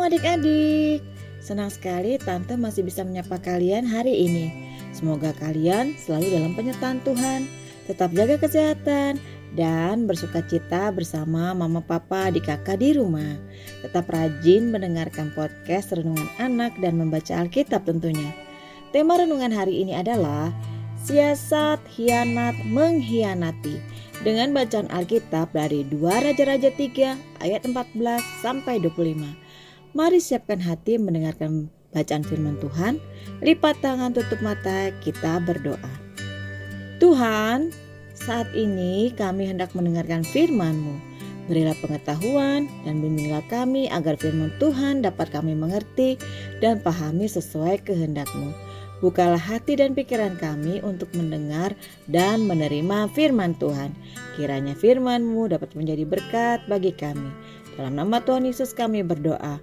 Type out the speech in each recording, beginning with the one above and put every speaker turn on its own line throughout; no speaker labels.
Shalom adik-adik. Senang sekali Tante masih bisa menyapa kalian hari ini. Semoga kalian selalu dalam penyertaan Tuhan, tetap jaga kesehatan, dan bersukacita bersama mama papa adik kakak di rumah. Tetap rajin mendengarkan podcast Renungan Anak dan membaca Alkitab tentunya. Tema renungan hari ini adalah siasat hianat mengkhianati, dengan bacaan Alkitab dari 2 Raja-Raja 3 ayat 14 sampai 25. Mari siapkan hati mendengarkan bacaan firman Tuhan. Lipat tangan, tutup mata, kita berdoa. Tuhan, saat ini kami hendak mendengarkan firman-Mu. Berilah pengetahuan dan bimbinglah kami agar firman Tuhan dapat kami mengerti dan pahami sesuai kehendak-Mu. Bukalah hati dan pikiran kami untuk mendengar dan menerima firman Tuhan. Kiranya firman-Mu dapat menjadi berkat bagi kami. Dalam nama Tuhan Yesus kami berdoa.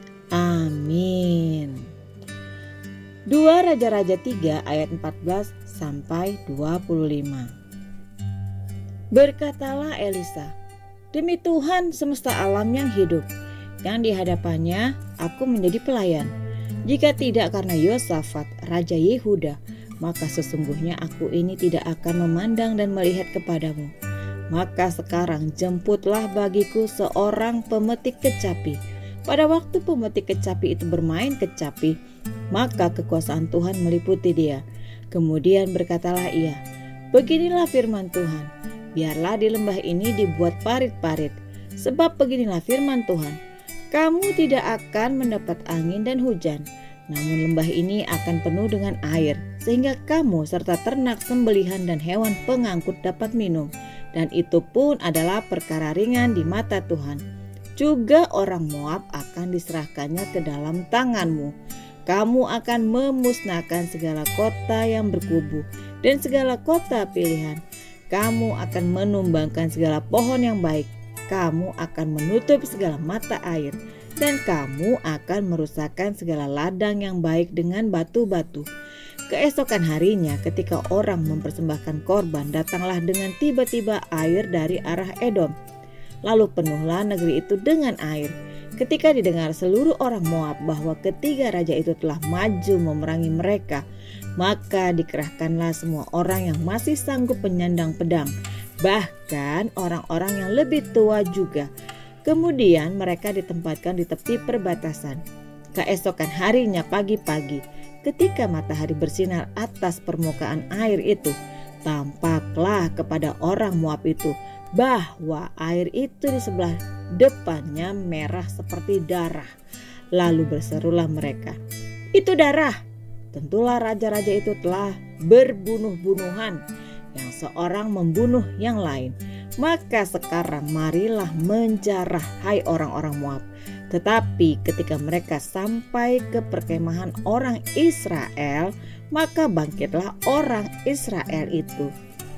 Amin. 2 Raja-Raja 3 ayat 14 sampai 25. Berkatalah Elisa, demi Tuhan semesta alam yang hidup, yang di hadapannya aku menjadi pelayan. Jika tidak karena Yosafat, Raja Yehuda, maka sesungguhnya aku ini tidak akan memandang dan melihat kepadamu. Maka sekarang jemputlah bagiku seorang pemetik kecapi. Pada waktu pemetik kecapi itu bermain kecapi, maka kekuasaan Tuhan meliputi dia. Kemudian berkatalah ia, beginilah firman Tuhan, biarlah di lembah ini dibuat parit-parit. Sebab beginilah firman Tuhan, kamu tidak akan mendapat angin dan hujan, namun lembah ini akan penuh dengan air, sehingga kamu serta ternak sembelihan dan hewan pengangkut dapat minum. Dan itu pun adalah perkara ringan di mata Tuhan. Juga orang Moab akan diserahkannya ke dalam tanganmu. Kamu akan memusnahkan segala kota yang berkubu dan segala kota pilihan. Kamu akan menumbangkan segala pohon yang baik. Kamu akan menutup segala mata air. Dan kamu akan merusakkan segala ladang yang baik dengan batu-batu. Keesokan harinya ketika orang mempersembahkan korban, datanglah dengan tiba-tiba air dari arah Edom. Lalu penuhlah negeri itu dengan air. Ketika didengar seluruh orang Moab bahwa ketiga raja itu telah maju memerangi mereka, maka dikerahkanlah semua orang yang masih sanggup menyandang pedang, bahkan orang-orang yang lebih tua juga. Kemudian mereka ditempatkan di tepi perbatasan. Keesokan harinya pagi-pagi, ketika matahari bersinar atas permukaan air itu, tampaklah kepada orang Moab itu bahwa air itu di sebelah depannya merah seperti darah. Lalu berserulah mereka, itu darah. Tentulah raja-raja itu telah berbunuh-bunuhan, yang seorang membunuh yang lain. Maka sekarang marilah menjarah, hai orang-orang Moab. Tetapi ketika mereka sampai ke perkemahan orang Israel, maka bangkitlah orang Israel itu,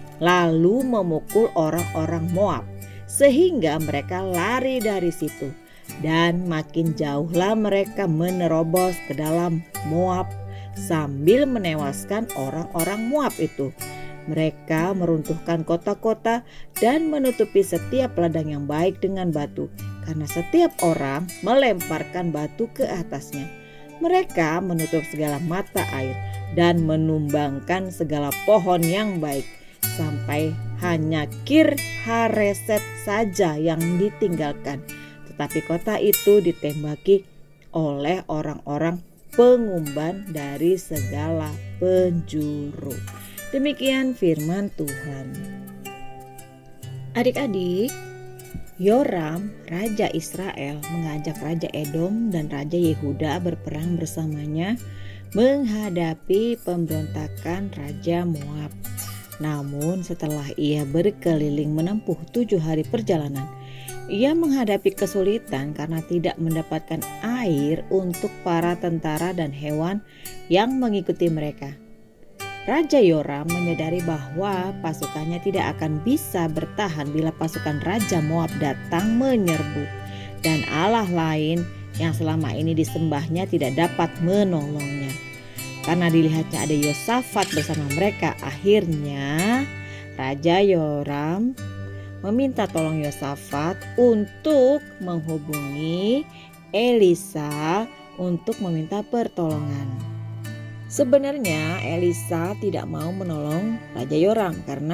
lalu memukul orang-orang Moab, sehingga mereka lari dari situ. Dan makin jauhlah mereka menerobos ke dalam Moab sambil menewaskan orang-orang Moab itu. Mereka meruntuhkan kota-kota dan menutupi setiap ladang yang baik dengan batu, karena setiap orang melemparkan batu ke atasnya. Mereka menutup segala mata air dan menumbangkan segala pohon yang baik, sampai hanya Kir Hareset saja yang ditinggalkan. Tetapi kota itu ditembaki oleh orang-orang pengumban dari segala penjuru. Demikian firman Tuhan. Adik-adik, Yoram, Raja Israel, mengajak Raja Edom dan Raja Yehuda berperang bersamanya menghadapi pemberontakan Raja Moab. Namun setelah ia berkeliling menempuh 7 hari perjalanan, ia menghadapi kesulitan karena tidak mendapatkan air untuk para tentara dan hewan yang mengikuti mereka. Raja Yoram menyadari bahwa pasukannya tidak akan bisa bertahan bila pasukan Raja Moab datang menyerbu, dan Allah lain yang selama ini disembahnya tidak dapat menolongnya. Karena dilihatnya ada Yosafat bersama mereka, akhirnya Raja Yoram meminta tolong Yosafat untuk menghubungi Elisa untuk meminta pertolongan. Sebenarnya Elisa tidak mau menolong Raja Yoram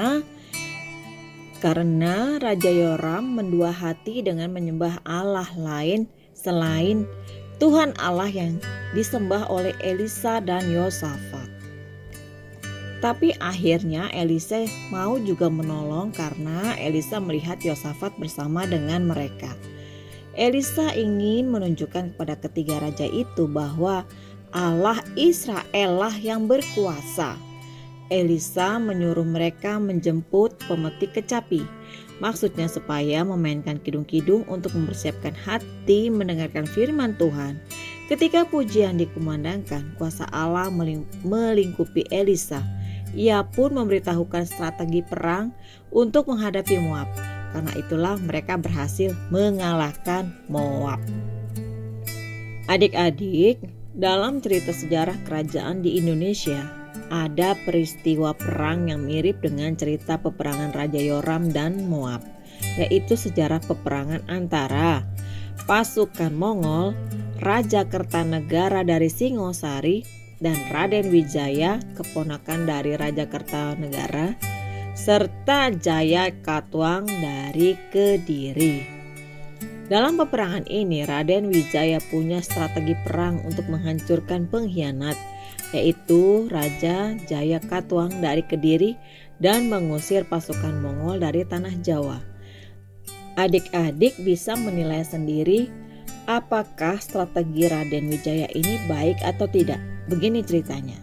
karena Raja Yoram mendua hati dengan menyembah Allah lain selain Tuhan Allah yang disembah oleh Elisa dan Yosafat. Tapi akhirnya Elisa mau juga menolong karena Elisa melihat Yosafat bersama dengan mereka. Elisa ingin menunjukkan kepada ketiga raja itu bahwa Allah Israel lah yang berkuasa. Elisa menyuruh mereka menjemput pemetik kecapi. Maksudnya supaya memainkan kidung-kidung untuk mempersiapkan hati mendengarkan firman Tuhan. Ketika pujian dikumandangkan, kuasa Allah melingkupi Elisa. Ia pun memberitahukan strategi perang untuk menghadapi Moab. Karena itulah mereka berhasil mengalahkan Moab. Adik-adik, dalam cerita sejarah kerajaan di Indonesia, ada peristiwa perang yang mirip dengan cerita peperangan Raja Yoram dan Moab, yaitu sejarah peperangan antara pasukan Mongol, Raja Kertanegara dari Singosari, dan Raden Wijaya, keponakan dari Raja Kertanegara, serta Jaya Katuang dari Kediri. Dalam peperangan ini, Raden Wijaya punya strategi perang untuk menghancurkan pengkhianat, yaitu Raja Jaya Katuang dari Kediri dan mengusir pasukan Mongol dari tanah Jawa. Adik-adik bisa menilai sendiri apakah strategi Raden Wijaya ini baik atau tidak. Begini ceritanya.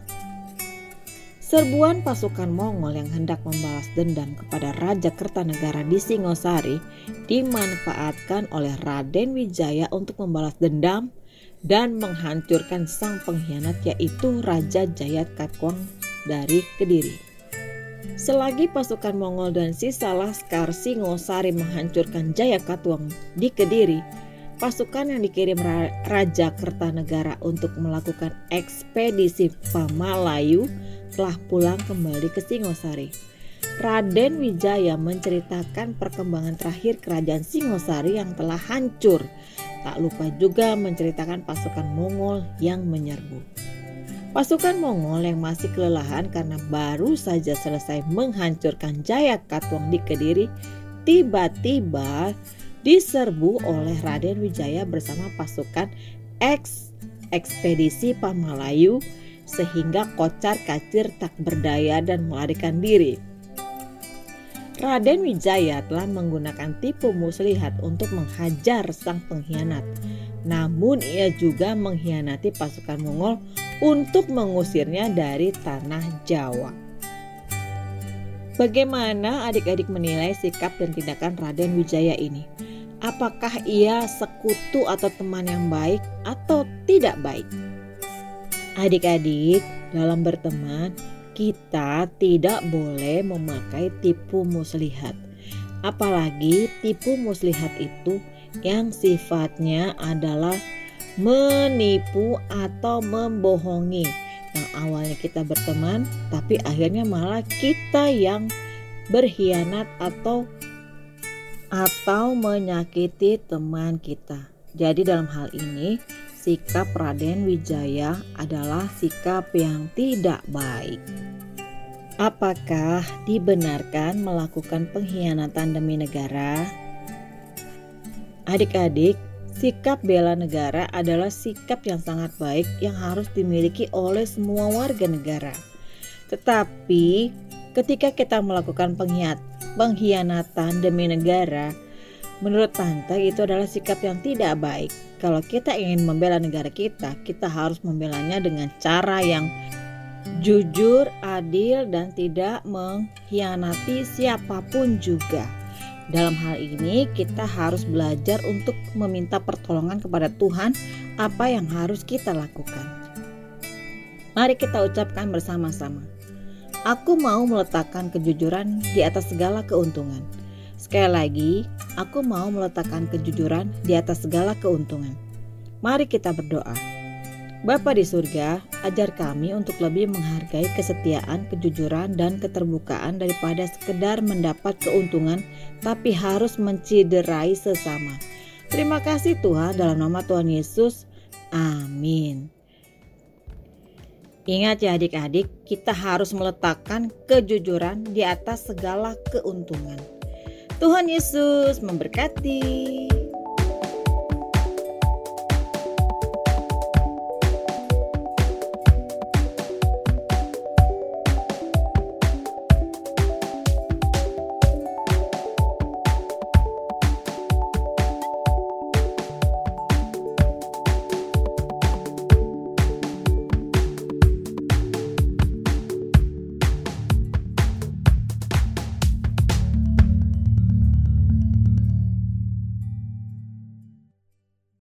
Serbuan pasukan Mongol yang hendak membalas dendam kepada Raja Kertanegara di Singosari dimanfaatkan oleh Raden Wijaya untuk membalas dendam dan menghancurkan sang pengkhianat, yaitu Raja Jaya Katuang dari Kediri. Selagi pasukan Mongol dan sisa laskar Singosari menghancurkan Jaya Katuang di Kediri, pasukan yang dikirim Raja Kertanegara untuk melakukan ekspedisi Pamalayu telah pulang kembali ke Singosari. Raden Wijaya menceritakan perkembangan terakhir kerajaan Singosari yang telah hancur. Tak lupa juga menceritakan pasukan Mongol yang menyerbu. Pasukan Mongol yang masih kelelahan karena baru saja selesai menghancurkan Jaya Katuang di Kediri, tiba-tiba diserbu oleh Raden Wijaya bersama pasukan ekspedisi Pamalayu, sehingga kocar-kacir tak berdaya dan melarikan diri. Raden Wijaya telah menggunakan tipu muslihat untuk menghajar sang pengkhianat. Namun ia juga mengkhianati pasukan Mongol untuk mengusirnya dari tanah Jawa. Bagaimana adik-adik menilai sikap dan tindakan Raden Wijaya ini? Apakah ia sekutu atau teman yang baik atau tidak baik? Adik-adik, dalam berteman, kita tidak boleh memakai tipu muslihat. Apalagi tipu muslihat itu yang sifatnya adalah menipu atau membohongi. Yang awalnya kita berteman, tapi akhirnya malah kita yang berkhianat atau menyakiti teman kita. Jadi dalam hal ini, sikap Raden Wijaya adalah sikap yang tidak baik. Apakah dibenarkan melakukan pengkhianatan demi negara? Adik-adik, sikap bela negara adalah sikap yang sangat baik yang harus dimiliki oleh semua warga negara. Tetapi ketika kita melakukan pengkhianatan demi negara, menurut Tante itu adalah sikap yang tidak baik. Kalau kita ingin membela negara kita, kita harus membelanya dengan cara yang jujur, adil, dan tidak mengkhianati siapapun juga. Dalam hal ini kita harus belajar untuk meminta pertolongan kepada Tuhan apa yang harus kita lakukan. Mari kita ucapkan bersama-sama. Aku mau meletakkan kejujuran di atas segala keuntungan. Sekali lagi, aku mau meletakkan kejujuran di atas segala keuntungan. Mari kita berdoa. Bapa di surga, ajar kami untuk lebih menghargai kesetiaan, kejujuran, dan keterbukaan daripada sekedar mendapat keuntungan, tapi harus menciderai sesama. Terima kasih Tuhan, dalam nama Tuhan Yesus. Amin. Ingat ya adik-adik, kita harus meletakkan kejujuran di atas segala keuntungan. Tuhan Yesus memberkati.